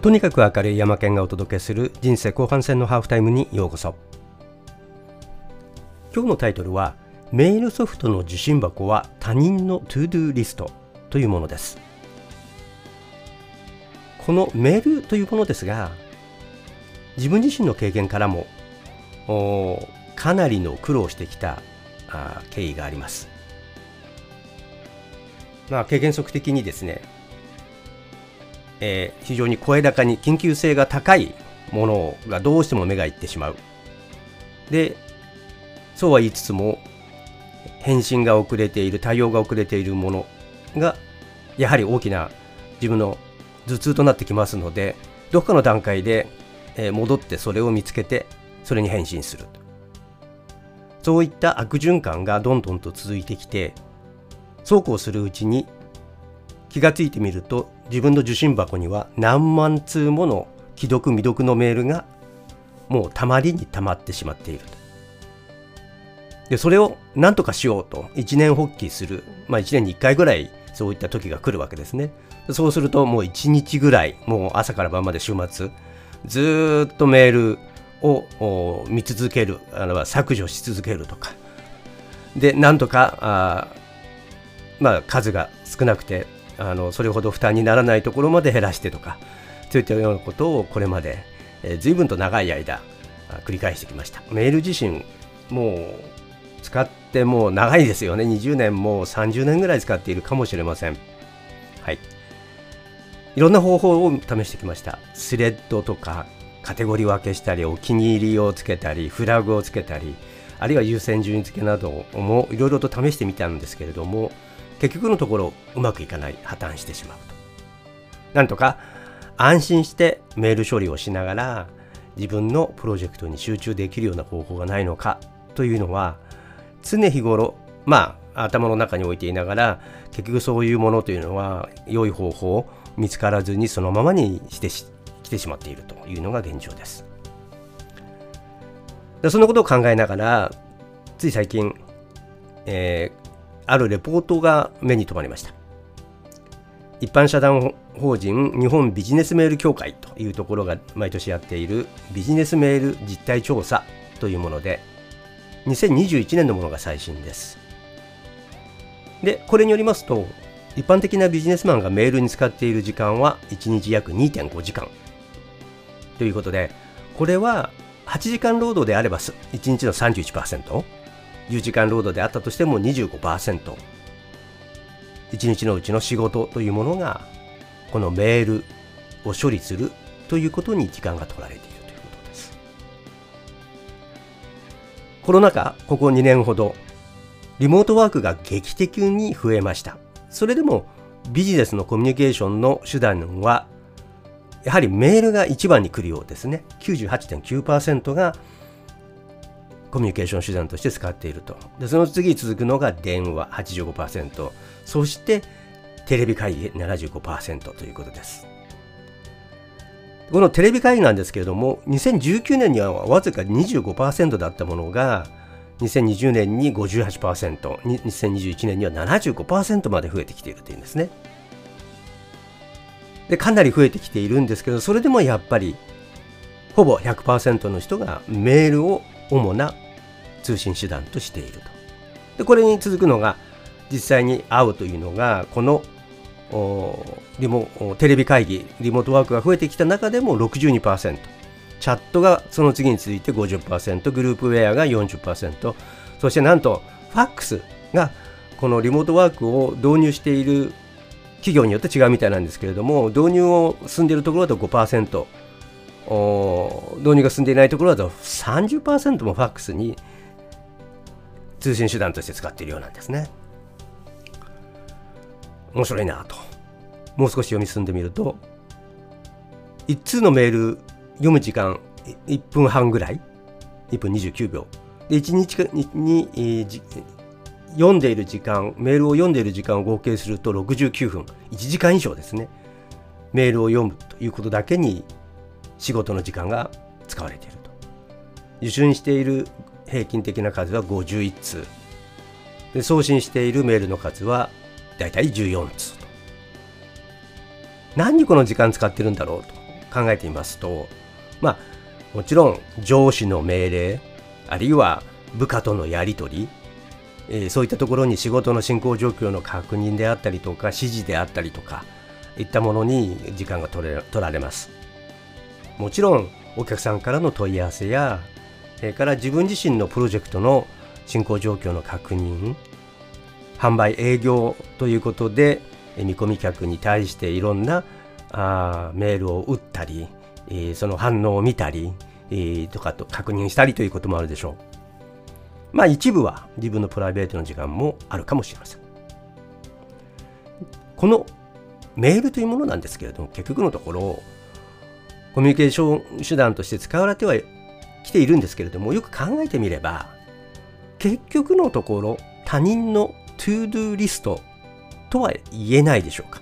とにかく明るい山県がお届けする人生後半戦のハーフタイムにようこそ。今日のタイトルはメールソフトの受信箱は他人のトゥードゥーリストというものです。このメールというものですが、自分自身の経験からもかなりの苦労してきた経緯があります。経験則的にですね、非常に声高に緊急性が高いものがどうしても目がいってしまう。で、そうは言いつつも返信が遅れている、対応が遅れているものがやはり大きな自分の頭痛となってきますので、どこかの段階で戻ってそれを見つけてそれに返信する。そういった悪循環がどんどんと続いてきて、そうこうするうちに気がついてみると、自分の受信箱には何万通もの既読未読のメールがもうたまりにたまってしまっていると。で、それを何とかしようと一念発起する、1年に1回ぐらいそういった時が来るわけですね。そうするともう1日ぐらい、もう朝から晩まで週末ずっとメールを見続ける、削除し続けるとかで、なんとか数が少なくてそれほど負担にならないところまで減らしてとか、そういったようなことをこれまで随分と長い間繰り返してきました。メール自身もう使ってもう長いですよね。20年も30年ぐらい使っているかもしれません。はい。いろんな方法を試してきました。スレッドとかカテゴリー分けしたり、お気に入りをつけたり、フラグをつけたり、あるいは優先順位付けなどもいろいろと試してみたんですけれども、結局のところうまくいかない、破綻してしまうと。なんとか安心してメール処理をしながら自分のプロジェクトに集中できるような方法がないのかというのは、常日頃頭の中に置いていながら、結局そういうものというのは良い方法見つからずにそのままにしてきてしまっているというのが現状です。そのことを考えながら、つい最近、あるレポートが目に留まりました。一般社団法人日本ビジネスメール協会というところが毎年やっているビジネスメール実態調査というもので、2021年のものが最新です。で、これによりますと、一般的なビジネスマンがメールに使っている時間は1日約 2.5 時間ということで、これは8時間労働であれば1日の 31%、10時間労働であったとしても 25%、 1日のうちの仕事というものがこのメールを処理するということに時間が取られているということです。コロナ禍、ここ2年ほどリモートワークが劇的に増えました。それでもビジネスのコミュニケーションの手段はやはりメールが一番に来るようですね。 98.9% がコミュニケーション手段として使っていると。で、その次続くのが電話 85%、 そしてテレビ会議 75% ということです。このテレビ会議なんですけれども、2019年にはわずか 25% だったものが2020年に 58%、 2021年には 75% まで増えてきているというんですね。で、かなり増えてきているんですけど、それでもやっぱりほぼ 100% の人がメールを主な通信手段としていると。で、これに続くのが実際に会うというのが、このテレビ会議、リモートワークが増えてきた中でも 62%、 チャットがその次に続いて 50%、 グループウェアが 40%、 そしてなんとファックスがこのリモートワークを導入している企業によって違うみたいなんですけれども、導入を進んでいるところだと 5%、 導入が進んでいないところだと 30% もファックスに通信手段として使っているようなんですね。面白いなと。もう少し読み進んでみると、1通のメール読む時間1分半ぐらい、1分29秒で、1日に、読んでいる時間、メールを読んでいる時間を合計すると69分、1時間以上ですね。メールを読むということだけに仕事の時間が使われていると。受信している平均的な数は51通で、送信しているメールの数はだいたい14通と。何にこの時間使ってるんだろうと考えてみますと、もちろん上司の命令、あるいは部下とのやり取り、そういったところに仕事の進行状況の確認であったりとか、指示であったりとかいったものに時間が取られます。もちろんお客さんからの問い合わせや、それから自分自身のプロジェクトの進行状況の確認、販売営業ということで見込み客に対していろんなメールを打ったり、その反応を見たり、とかと確認したりということもあるでしょう。一部は自分のプライベートの時間もあるかもしれません。このメールというものなんですけれども、結局のところコミュニケーション手段として使われてはきているんですけれども、よく考えてみれば結局のところ他人のトゥードゥーリストとは言えないでしょうか。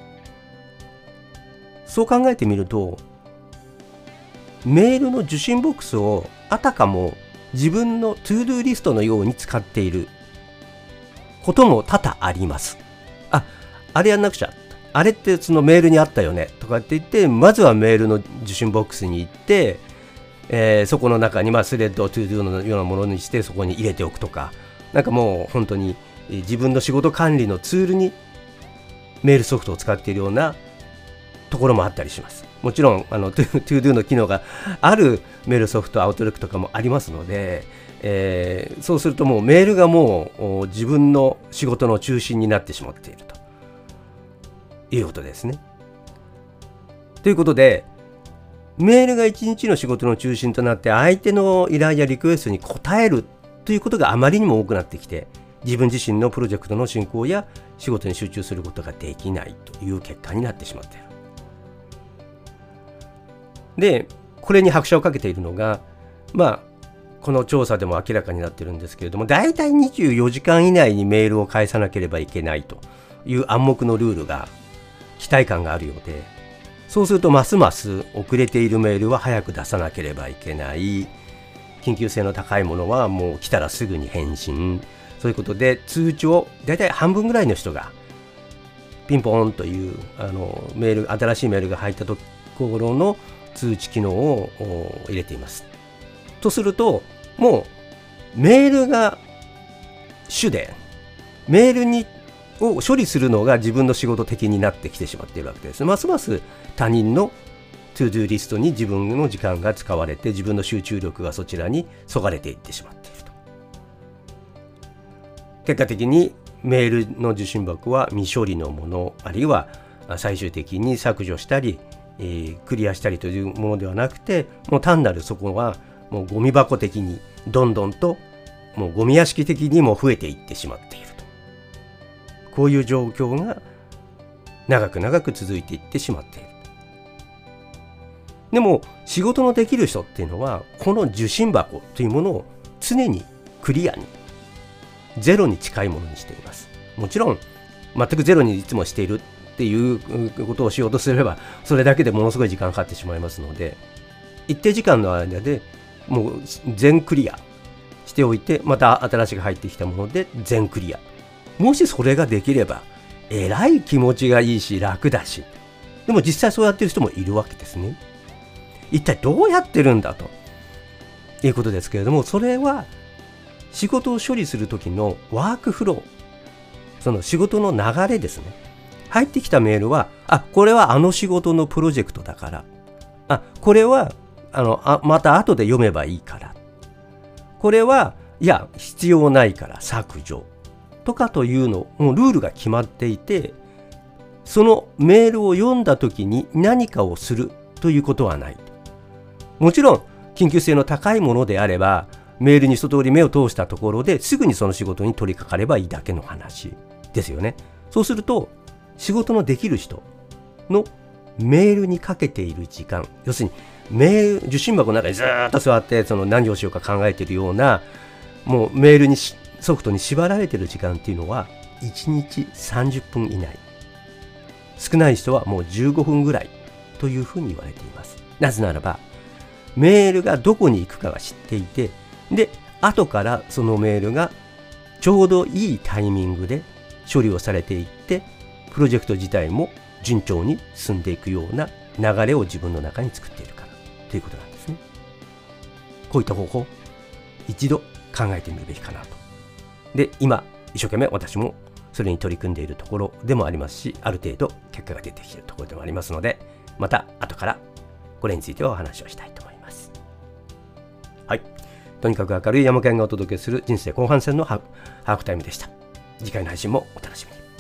そう考えてみると、メールの受信ボックスをあたかも自分のトゥードゥーリストのように使っていることも多々あります。あれやんなくちゃ、あれってそのメールにあったよねとかって言って、まずはメールの受信ボックスに行って、そこの中にスレッドトゥードゥのようなものにしてそこに入れておくとか、なんかもう本当に自分の仕事管理のツールにメールソフトを使っているようなところもあったりします。もちろんトゥードゥの機能があるメールソフト、アウトルックとかもありますので、そうするともうメールがもう自分の仕事の中心になってしまっているということですね。ということで、メールが一日の仕事の中心となって相手の依頼やリクエストに応えるということがあまりにも多くなってきて、自分自身のプロジェクトの進行や仕事に集中することができないという結果になってしまっている。で、これに拍車をかけているのが、この調査でも明らかになっているんですけれども、だいたい24時間以内にメールを返さなければいけないという暗黙のルールが、期待感があるようで、そうするとますます遅れているメールは早く出さなければいけない、緊急性の高いものはもう来たらすぐに返信、そういうことで通知をだいたい半分ぐらいの人がピンポーンというメール、新しいメールが入ったところの通知機能を入れています。とすると、もうメールが主で、メールを処理するのが自分の仕事的になってきてしまっているわけです。ますます他人のトゥードゥーリストに自分の時間が使われて、自分の集中力がそちらにそがれていってしまっていると。結果的にメールの受信箱は未処理のもの、あるいは最終的に削除したり、クリアしたりというものではなくて、もう単なるそこはもうゴミ箱的にどんどんともうゴミ屋敷的にも増えていってしまっていると。こういう状況が長く続いていってしまっている。でも仕事のできる人っていうのは、この受信箱というものを常にクリアに、ゼロに近いものにしています。もちろん全くゼロにいつもしているっていうことをしようとすれば、それだけでものすごい時間かかってしまいますので、一定時間の間でもう全クリアしておいて、また新しく入ってきたもので全クリア。もしそれができればえらい気持ちがいいし楽だし、でも実際そうやってる人もいるわけですね。一体どうやってるんだということですけれども、それは仕事を処理する時のワークフロー、その仕事の流れですね。入ってきたメールは、これはあの仕事のプロジェクトだから、これはまた後で読めばいいから、これはいや必要ないから削除とかというの、もうルールが決まっていて、そのメールを読んだ時に何かをするということはない。もちろん緊急性の高いものであれば、メールに一通り目を通したところですぐにその仕事に取り掛かればいいだけの話ですよね。そうすると仕事のできる人のメールにかけている時間、要するに受信箱の中にずっと座ってその何をしようか考えているような、もうメールにソフトに縛られている時間っていうのは1日30分以内、少ない人はもう15分ぐらいというふうに言われています。なぜならばメールがどこに行くかが知っていて、で後からそのメールがちょうどいいタイミングで処理をされていって、プロジェクト自体も順調に進んでいくような流れを自分の中に作っているからということなんですね。こういった方法、一度考えてみるべきかなと。で、今一生懸命私もそれに取り組んでいるところでもありますし、ある程度結果が出てきているところでもありますので、また後からこれについてはお話をしたいと思います。はい、とにかく明るい山県がお届けする人生後半戦のハーフタイムでした。次回の配信もお楽しみに。